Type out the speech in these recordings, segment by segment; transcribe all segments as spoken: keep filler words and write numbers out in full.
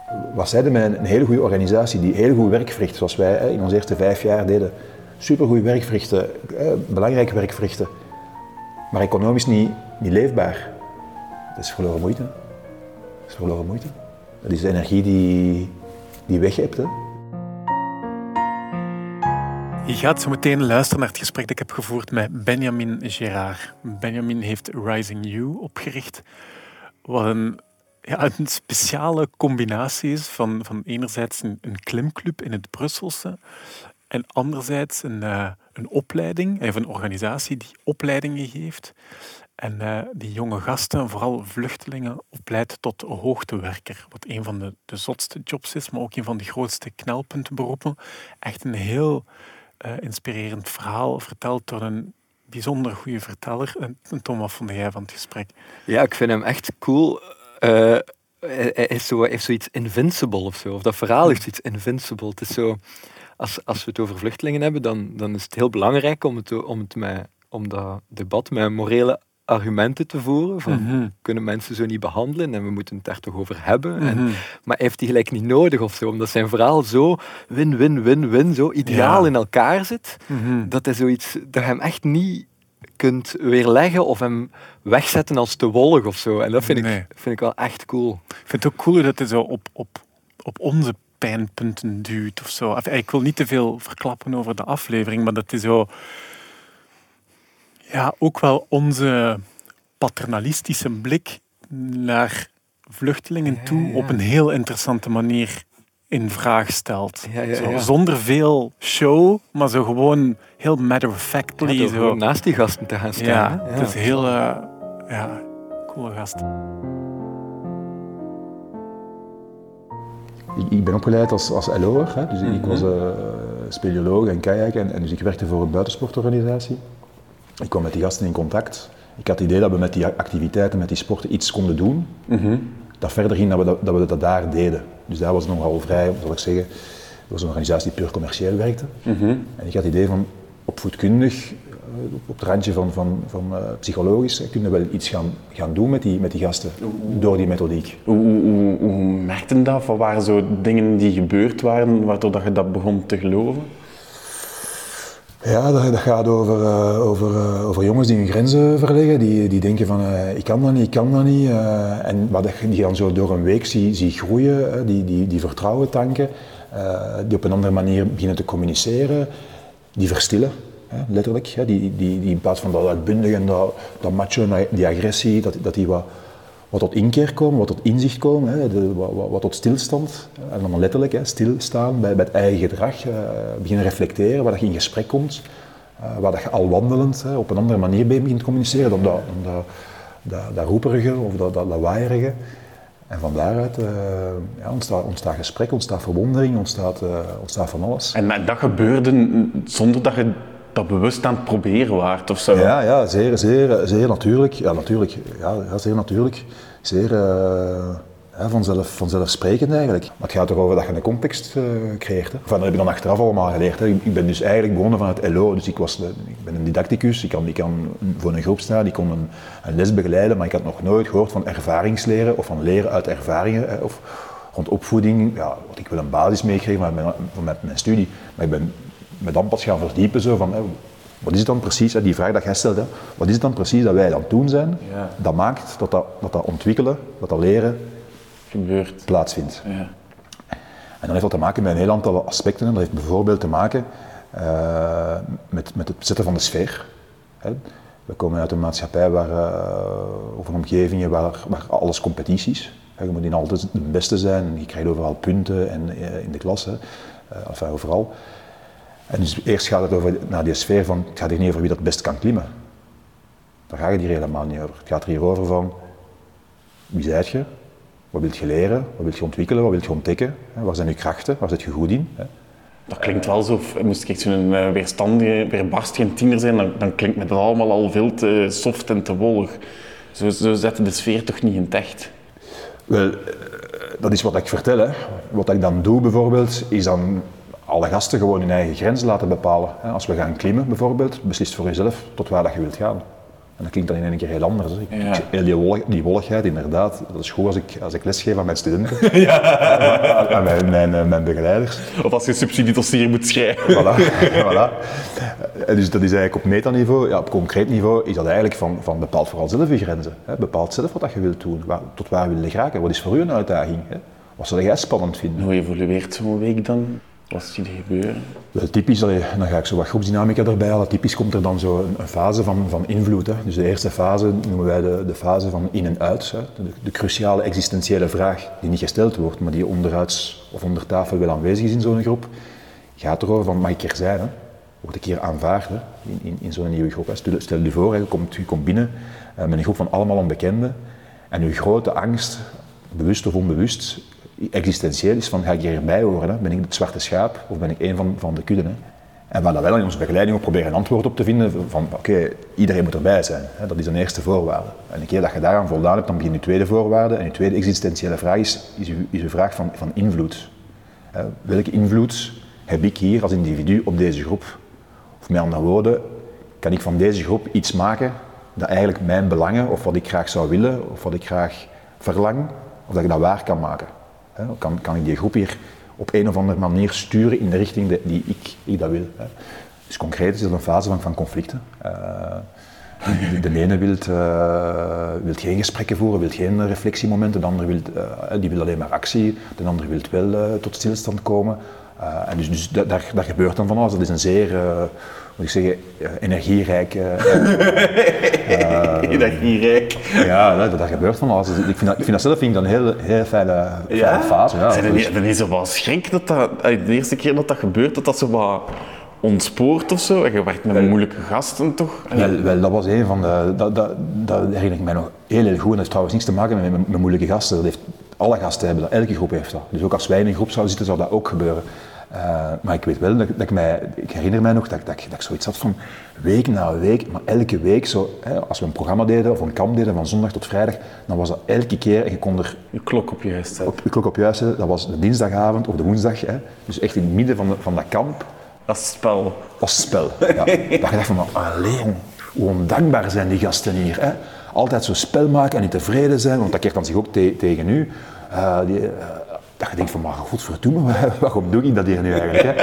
Wat zeiden met een hele goede organisatie die heel goed werk verricht, zoals wij hè, in onze eerste vijf jaar deden. Supergoed werk verrichten, hè, belangrijk werk verrichten, maar economisch niet, niet leefbaar. Dat is verloren moeite. Dat is verloren moeite. Dat is de energie die, die weg hebt. Hè. Je gaat zo meteen luisteren naar het gesprek dat ik heb gevoerd met Benjamin Gérard. Benjamin heeft Rising You opgericht, wat een, ja, een speciale combinatie is van, van enerzijds een, een klimclub in het Brusselse en anderzijds een, uh, een opleiding, of een organisatie die opleidingen geeft en uh, die jonge gasten, vooral vluchtelingen, opleidt tot hoogtewerker. Wat een van de, de zotste jobs is, maar ook een van de grootste knelpuntenberoepen. Echt een heel uh, inspirerend verhaal, verteld door een bijzonder goede verteller. En Tom, wat vond jij van het gesprek? Ja, ik vind hem echt cool. Uh, hij is zo, heeft zoiets invincible of zo. Of dat verhaal heeft iets invincible. Het is zo, als, als we het over vluchtelingen hebben, dan, dan is het heel belangrijk om, het, om, het met, om dat debat met morele argumenten te voeren. Van, Mm-hmm. kunnen mensen zo niet behandelen en we moeten het daar toch over hebben. Mm-hmm. En, maar hij heeft die gelijk niet nodig of zo, omdat zijn verhaal zo win-win-win-win, zo ideaal Ja. in elkaar zit, Mm-hmm. dat hij zoiets, dat je hem echt niet kunt weerleggen of hem wegzetten als te wollig of zo. En dat vind, Nee. ik, vind ik wel echt cool. Ik vind het ook cool dat hij zo op, op, op onze pijnpunten duwt of zo. Enfin, ik wil niet te veel verklappen over de aflevering, maar dat is zo... Ja, ook wel onze paternalistische blik naar vluchtelingen toe Ja, ja. op een heel interessante manier in vraag stelt. Ja, ja, Zo, ja. zonder veel show, maar zo gewoon heel matter-of-factly. Ja, door zo. gewoon naast die gasten te gaan staan. Ja, hè. het is heel... Uh, ja, coole gast. Ik, ik ben opgeleid als, als L O'er, hè, dus Mm-hmm. ik was uh, speleoloog en kajaken en, en dus ik werkte voor een buitensportorganisatie. Ik kwam met die gasten in contact. Ik had het idee dat we met die activiteiten, met die sporten iets konden doen. Mm-hmm. Dat verder ging dat we dat, dat we dat daar deden. Dus daar was het nogal vrij, zal ik zeggen. Het was een organisatie die puur commercieel werkte. Mm-hmm. En ik had het idee van opvoedkundig, op het randje van, van, van uh, psychologisch, hè, kunnen we wel iets gaan, gaan doen met die, met die gasten, door die methodiek. Hoe, hoe, hoe merkte je dat? Wat waren zo dingen die gebeurd waren, waardoor dat je dat begon te geloven? Ja, dat, dat gaat over, uh, over, uh, over jongens die hun grenzen verleggen, die, die denken van uh, ik kan dat niet, ik kan dat niet. Uh, en wat die dan zo door een week zie, zie groeien, uh, die, die, die vertrouwen tanken, uh, die op een andere manier beginnen te communiceren, die verstillen. Hè, letterlijk, hè, die, die, die in plaats van dat uitbundig en dat, dat macho, die agressie, dat, dat die wat, wat tot inkeer komen, wat tot inzicht komen, hè, de, wat, wat, wat tot stilstand, en dan letterlijk hè, stilstaan bij, bij het eigen gedrag, uh, beginnen reflecteren, waar dat je in gesprek komt, uh, waar dat je al wandelend hè, op een andere manier bij begint te communiceren dan dat, dan dat, dat, dat roeperige of dat, dat lawaaierige. En van daaruit uh, ja, ontstaat, ontstaat gesprek, ontstaat verwondering, ontstaat, uh, ontstaat van alles. En dat gebeurde zonder dat je dat bewust aan het proberen waart of zo? Ja, ja zeer, zeer, zeer natuurlijk. Ja, natuurlijk. Ja, ja, zeer natuurlijk. Zeer uh, ja, vanzelf, vanzelfsprekend eigenlijk. Maar het gaat erover dat je een context uh, creëert. Hè. Enfin, dat heb ik dan achteraf allemaal geleerd. Hè. Ik ben dus eigenlijk begonnen van het L O. Dus ik, was, ik ben een didacticus. Ik kan, ik kan voor een groep staan, ik kon een, een les begeleiden, maar ik had nog nooit gehoord van ervaringsleren of van leren uit ervaringen. Hè, of rond opvoeding. Ja, wat ik wel een basis meegekregen van mijn, van mijn, mijn studie. Maar ik ben me dan pas gaan verdiepen. Zo, van, hè, wat is het dan precies, hè, die vraag dat jij stelt, hè, wat is het dan precies dat wij aan het doen zijn, Ja. dat maakt dat dat, dat dat ontwikkelen, dat dat leren Gebeurt. plaatsvindt. Ja. En dan heeft dat te maken met een heel aantal aspecten. Dat heeft bijvoorbeeld te maken uh, met, met het zetten van de sfeer. Hè. We komen uit een maatschappij waar, uh, of een omgeving waar, waar alles competitie is. Je moet niet altijd de beste zijn, je krijgt overal punten en, uh, in de klas, hè. Uh, enfin, overal. En dus eerst gaat het over naar die sfeer van, het gaat hier niet over wie dat het best kan klimmen. Daar gaat het hier helemaal niet over. Het gaat er hier over van, wie zijt je? Wat wil je leren? Wat wil je ontwikkelen? Wat wil je ontdekken? Waar zijn je krachten? Waar zit je goed in? Dat klinkt wel zo, moest ik zo'n uh, weerstandige, weerbarstige tiener zijn, dan, dan klinkt me dat allemaal al veel te soft en te wollig. Zo, zo zetten de sfeer toch niet in het echt? Wel, dat is wat ik vertel. Hè. Wat ik dan doe bijvoorbeeld, is dan alle gasten gewoon hun eigen grenzen laten bepalen. Als we gaan klimmen bijvoorbeeld, beslist voor jezelf tot waar dat je wilt gaan. En dat klinkt dan in één keer heel anders. Hè. Ik, Ja. ik, heel die, wollig, die wolligheid, inderdaad, dat is goed als ik, als ik lesgeef aan mijn studenten, ja. aan mijn, mijn, mijn begeleiders. Of als je subsidiedossier moet schrijven. Voilà. voilà. En dus dat is eigenlijk op metaniveau, ja, op concreet niveau, is dat eigenlijk van, van bepaalt vooral zelf je grenzen. Hè. Bepaalt zelf wat je wilt doen, waar, tot waar wil je geraken, wat is voor u een uitdaging. Hè. Wat zou jij spannend vinden? Hoe evolueert zo'n week dan? Wat zie er gebeuren? Wel typisch, allee, dan ga ik zo wat groepsdynamica erbij halen. Typisch komt er dan zo een, een fase van, van invloed. Hè. Dus de eerste fase noemen wij de, de fase van in en uit. Hè. De, de cruciale existentiële vraag die niet gesteld wordt, maar die onderuits of onder tafel wel aanwezig is in zo'n groep, gaat erover van mag ik er zijn? Hè? Word ik hier aanvaard hè? in, in, in zo'n nieuwe groep? Hè? Stel, stel je voor, hè, je, komt, je komt binnen uh, met een groep van allemaal onbekenden en je grote angst, bewust of onbewust, existentieel is van ga ik hierbij horen? Hè? Ben ik het zwarte schaap of ben ik een van, van de kudde? Hè? En waar dat wel in onze begeleiding ook proberen een antwoord op te vinden van oké, okay, iedereen moet erbij zijn. Hè? Dat is een eerste voorwaarde. En een keer dat je daaraan voldaan hebt, dan begint je tweede voorwaarde. En je tweede existentiële vraag is, is, uw, is uw vraag van, van invloed. Hè? Welke invloed heb ik hier als individu op deze groep? Of met andere woorden, kan ik van deze groep iets maken dat eigenlijk mijn belangen, of wat ik graag zou willen, of wat ik graag verlang, of dat ik dat waar kan maken? Hè? Kan, kan ik die groep hier op een of andere manier sturen in de richting de, die ik, ik dat wil? Hè? Dus concreet is dat een fase van, van conflicten. Uh, de, de ene wil uh, geen gesprekken voeren, wil geen reflectiemomenten, de andere wil, uh, die wil alleen maar actie, de andere wil wel uh, tot stilstand komen. Uh, en dus, dus daar, daar gebeurt dan van alles. Dat is een zeer, uh, moet ik zeggen, uh, energierijk. Uh, uh, Energierijk. Ja, dat, dat gebeurt van alles. Dus ik, vind dat, ik vind dat zelf vind ik dat een heel, heel fijne, fijne Ja? fase. Ja, Zijn er dus, niet, er niet zo wat schrik dat dat, de eerste keer dat dat gebeurt, dat dat zo wat ontspoort of zo? En je werkt met moeilijke gasten toch? wel, wel, dat was een van de, dat, dat, dat herinner ik mij nog heel, heel goed. En dat heeft trouwens niets te maken met, met, met moeilijke gasten. Dat heeft, alle gasten hebben dat, elke groep heeft dat. Dus ook als wij in een groep zouden zitten, zou dat ook gebeuren. Uh, maar ik weet wel dat, dat ik mij, ik herinner mij nog dat, dat, dat ik zoiets had van week na week, maar elke week, zo, hè, als we een programma deden of een kamp deden van zondag tot vrijdag, dan was dat elke keer en je kon er Je klok op juist zetten. op, je klok op juist zetten. Dat was de dinsdagavond of de woensdag, hè, dus echt in het midden van, de, van dat kamp. Als spel. Als spel. Ja. Dat je dacht van, allee, hoe ondankbaar zijn die gasten hier. Hè? Altijd zo spel maken en niet tevreden zijn, want dat keert dan zich ook te, tegen u. Uh, die, uh, dat je denkt van, maar godverdomme, waarom doe ik dat hier nu eigenlijk? Hè?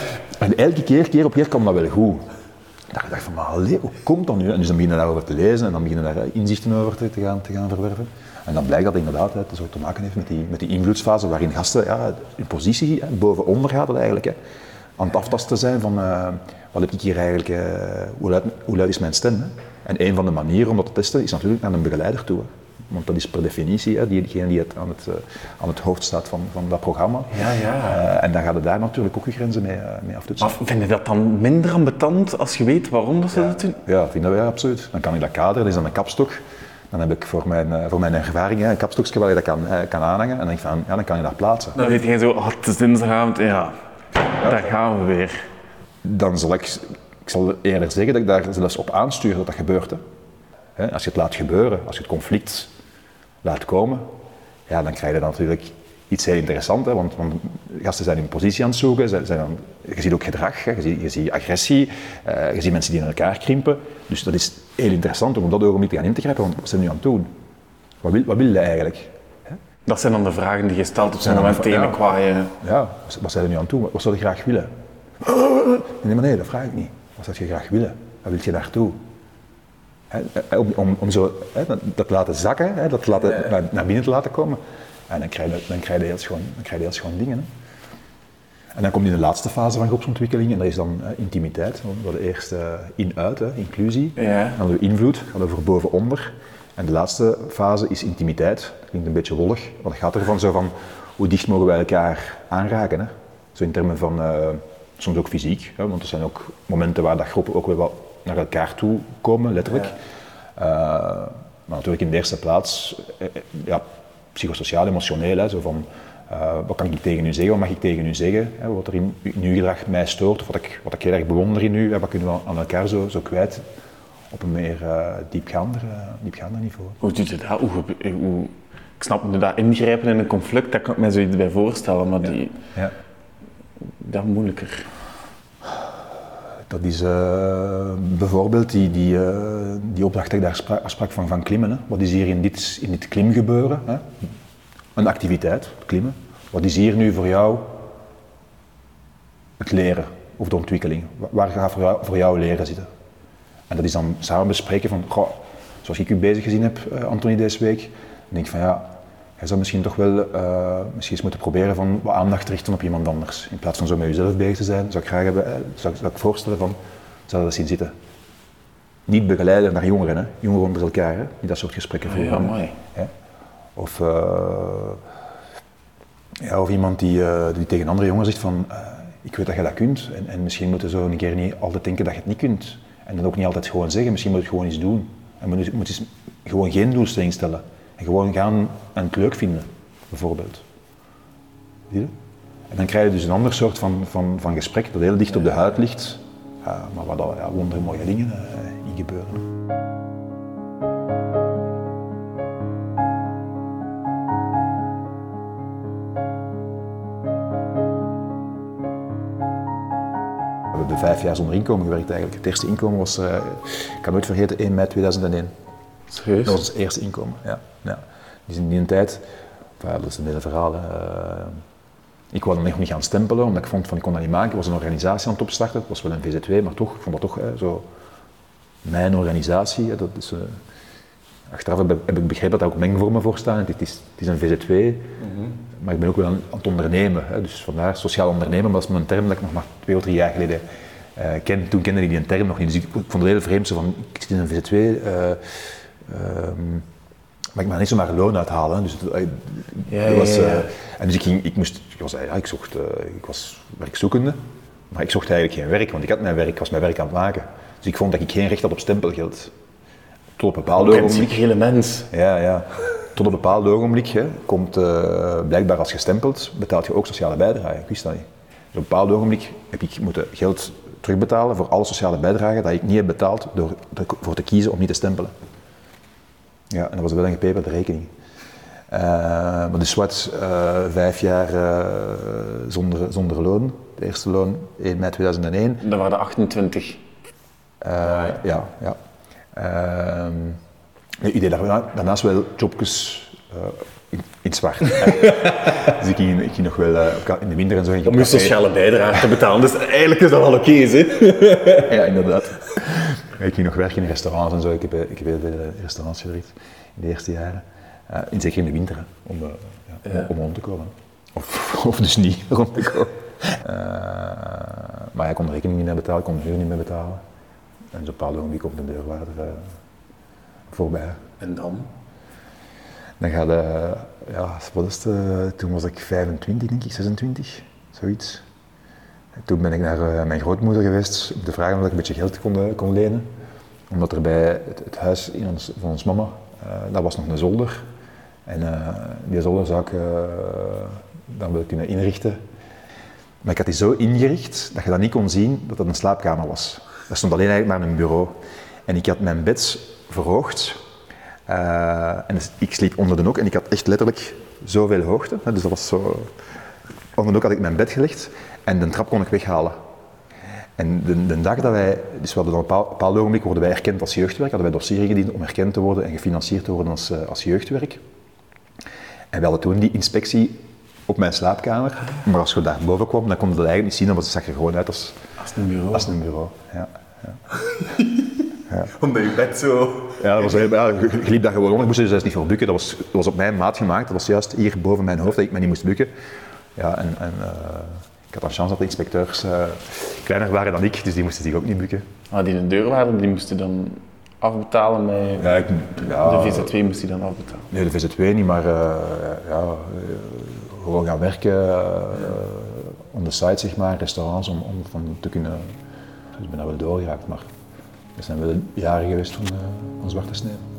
En elke keer, keer op keer kwam dat wel goed. Dat je dacht van, maar allee, hoe komt dat nu? En dus dan begin je daarover te lezen en dan begin je daar inzichten over te, te, gaan, te gaan verwerven. En dan blijkt dat inderdaad het zo te maken heeft met die, met die invloedsfase waarin gasten, ja, hun positie, hè, boven-onder gaat het eigenlijk. Hè? Aan het aftasten zijn van uh, wat heb ik hier eigenlijk, uh, hoe, luid, hoe luid is mijn stem? Hè? En een van de manieren om dat te testen is natuurlijk naar een begeleider toe. Hè? Want dat is per definitie hè, diegene die het aan, het, uh, aan het hoofd staat van, van dat programma. Ja, ja. Uh, en dan gaat het daar natuurlijk ook je grenzen mee, uh, mee aftoetsen. Maar vind je dat dan minder ambetant als je weet waarom dat ze ja. dat doen? Ja, vinden wij absoluut. Dan kan ik dat kaderen, dat is dan een kapstok. Dan heb ik voor mijn, uh, voor mijn ervaring hè, een kapstokje waar je dat kan, uh, kan aanhangen. En dan denk ik van, ja, dan kan je dat plaatsen. Dan weet je zo, oh, het is dinsdagavond, ja, ja, daar gaan we weer. Dan zal ik, ik zal eerder zeggen dat ik daar zelfs op aanstuur dat dat gebeurt. Hè. Hè, als je het laat gebeuren, als je het conflict laat komen, ja, dan krijg je dan natuurlijk iets heel interessants. Hè, want, want gasten zijn hun positie aan het zoeken, zijn, zijn dan, je ziet ook gedrag, hè, je, ziet, je ziet agressie, uh, je ziet mensen die in elkaar krimpen. Dus dat is heel interessant om op dat ogenblik te gaan in te grijpen, want wat zijn we nu aan het doen? Wat wil, wat wil je eigenlijk? Hè? Dat zijn dan de vragen die je stelt op zo'n moment tegen ja. een kwaaie. Ja, wat zijn we nu aan het doen? Wat zou je graag willen? Nee, maar nee, dat vraag ik niet. Wat zou je graag willen? Waar wil je naartoe? He, om, om, om zo he, dat te laten zakken, he, dat te laten, ja, ja. Naar, naar binnen te laten komen. En dan krijg je, dan krijg je, heel, schoon, dan krijg je heel schoon dingen. Hè. En dan komt in de laatste fase van groepsontwikkeling en dat is dan uh, intimiteit. We hadden eerst uh, in-uit, inclusie, ja. Dan hadden we invloed, dat gaat over boven-onder. En de laatste fase is intimiteit. Dat klinkt een beetje wollig, maar dat gaat ervan zo van hoe dicht mogen wij elkaar aanraken. Hè. Zo in termen van, uh, soms ook fysiek, hè, want er zijn ook momenten waar dat groepen ook weer wat naar elkaar toe komen, letterlijk. Ja. Uh, maar natuurlijk in de eerste plaats, eh, ja, psychosociaal, emotioneel, hè, zo van uh, wat kan ik tegen u zeggen, wat mag ik tegen u zeggen, hè, wat er in, in uw gedrag mij stoort, of wat ik, wat ik heel erg bewonder in u, hè, wat kunnen we aan elkaar zo, zo kwijt op een meer uh, diepgaander, uh, diepgaander niveau. Hoe doe je dat? Hoe, hoe, ik snap nu dat ingrijpen in een conflict, daar kan ik me zoiets bij voorstellen, maar ja. die, ja. dat is moeilijker. Dat is uh, bijvoorbeeld die, die, uh, die opdracht dat ik daar spra- sprak van, van klimmen. Hè. Wat is hier in dit, in dit klimgebeuren? Hè? Een activiteit, klimmen. Wat is hier nu voor jou het leren of de ontwikkeling? Waar gaat voor jou, voor jou leren zitten? En dat is dan samen bespreken van, goh, zoals ik u bezig gezien heb, uh, Anthony, deze week. Dan denk ik van ja, jij zou misschien toch wel uh, misschien eens moeten proberen van wat aandacht te richten op iemand anders. In plaats van zo met jezelf bezig te zijn, zou ik graag hebben, uh, zou, zou ik voorstellen van, zou je dat zien zitten? Niet begeleiden naar jongeren, hè? Jongeren onder elkaar, hè? Die dat soort gesprekken voeren. Ja, mooi. Ja? Of, uh, ja, of iemand die, uh, die tegen andere jongeren zegt van, uh, ik weet dat je dat kunt en, en misschien moet je zo een keer niet altijd denken dat je het niet kunt. En dan ook niet altijd gewoon zeggen, misschien moet je het gewoon eens doen. En moet je moet eens gewoon geen doelstelling stellen. En gewoon gaan en het leuk vinden, bijvoorbeeld. Zie je? En dan krijg je dus een ander soort van, van, van gesprek dat heel dicht op de huid ligt. Ja, maar waar dat, ja, wondermooie dingen uh, in gebeuren. We hebben vijf jaar zonder inkomen gewerkt eigenlijk. Het eerste inkomen was, uh, ik kan nooit vergeten, één mei tweeduizend één. Serieus? Dat was het eerste inkomen, ja. ja. Dus in die tijd, enfin, dat is een hele verhaal. Uh, ik wou dan nog niet gaan stempelen, omdat ik vond van ik kon dat niet maken. Ik was een organisatie aan het opstarten, het was wel een V Z W, maar toch, ik vond dat toch hè, zo mijn organisatie. Hè, dat is, uh, achteraf heb, heb ik begrepen dat daar ook mengvormen voor staan. Het is, het is een V Z W, mm-hmm. maar ik ben ook wel aan, aan het ondernemen. Hè, dus vandaar sociaal ondernemen, maar dat is een term dat ik nog maar twee of drie jaar geleden uh, ken. Toen kende ik die term nog niet, dus ik, ik vond het heel vreemd zo van, ik zit in een V Z W. Uh, Um, maar ik mag niet zomaar loon uithalen. Dus het, ja, dat was, ja, ja. Uh, en dus ik ging, ik moest, ik was, ja, ik zocht, uh, ik was werkzoekende, maar ik zocht eigenlijk geen werk, want ik had mijn werk, ik was mijn werk aan het maken. Dus ik vond dat ik geen recht had op stempelgeld. Tot op een bepaald ogenblik. Een mens. Ja, ja. Tot op een bepaald ogenblik hè, komt uh, blijkbaar als gestempeld, betaalt je ook sociale bijdrage. Ik wist dat niet. Dus op een bepaald ogenblik heb ik moeten geld terugbetalen voor alle sociale bijdragen dat ik niet heb betaald door voor te kiezen om niet te stempelen. Ja, en dat was wel een gepeperde rekening. Uh, maar dus wat, uh, vijf jaar uh, zonder, zonder loon. De eerste loon één mei tweeduizend één. Dat waren de achtentwintig. Uh, ja, ja. Uh, ik deed daar, daarnaast wel jobjes uh, in, in het zwart. Dus ik ging, ik ging nog wel uh, in de winter en zo. Om je sociale bijdrage te betalen, dus eigenlijk is dat wel oké, hè? Ja, inderdaad. Ik ging nog werken in restaurants en zo. Ik heb, ik heb heel veel restaurants gewerkt in de eerste jaren. Uh, in, zeker in de winter, hè, om, uh, ja, ja. om, om rond te komen. Of, of dus niet rond te komen. Uh, maar ik kon de rekening niet meer betalen, ik kon de huur niet meer betalen. En zo'n paar ogenblik komt de deurwaarder uh, voorbij. En dan? Dan gaat uh, ja, wat is het, uh, toen was ik vijfentwintig, denk ik, zesentwintig, zoiets. Toen ben ik naar uh, mijn grootmoeder geweest om te vragen of ik een beetje geld kon, uh, kon lenen. Omdat er bij het, het huis in ons, van ons mama, uh, dat was nog een zolder. En uh, die zolder zou ik uh, dan wel kunnen inrichten. Maar ik had die zo ingericht dat je dan niet kon zien dat het een slaapkamer was. Er stond alleen eigenlijk maar een bureau. En ik had mijn bed verhoogd. Uh, en dus ik sliep onder de nok en ik had echt letterlijk zoveel hoogte. Hè, dus dat was zo... Onder de nok had ik mijn bed gelegd. En de trap kon ik weghalen. En de, de dag dat wij, dus we hadden op een bepaald ogenblik worden wij erkend als jeugdwerk, hadden wij dossieren gediend om erkend te worden en gefinancierd te worden als, als jeugdwerk. En we hadden toen die inspectie op mijn slaapkamer, maar als je daar boven kwam, dan kon je dat eigenlijk niet zien, want het zag er gewoon uit als, als een bureau. Als een bureau, ja. ja. ja. Omdat je bed zo... Ja, dat was, ja, je liep daar gewoon onder, ik moest er dus niet voor bukken, dat was, dat was op mijn maat gemaakt, dat was juist hier boven mijn hoofd dat ik me niet moest bukken. Ja, en, en uh, ik had een chance dat de inspecteurs uh, kleiner waren dan ik, dus die moesten zich ook niet bukken. Ah, die de deurwaarder, die moesten dan afbetalen met... Ja, ik, ja, de V Z W moest die dan afbetalen? Nee, de V Z W niet, maar uh, ja, gewoon gaan werken uh, on the side, zeg maar, restaurants, om, om van te kunnen... Dus ik ben daar wel doorgeraakt, maar er zijn wel jaren geweest van, uh, van zwarte sneeuw.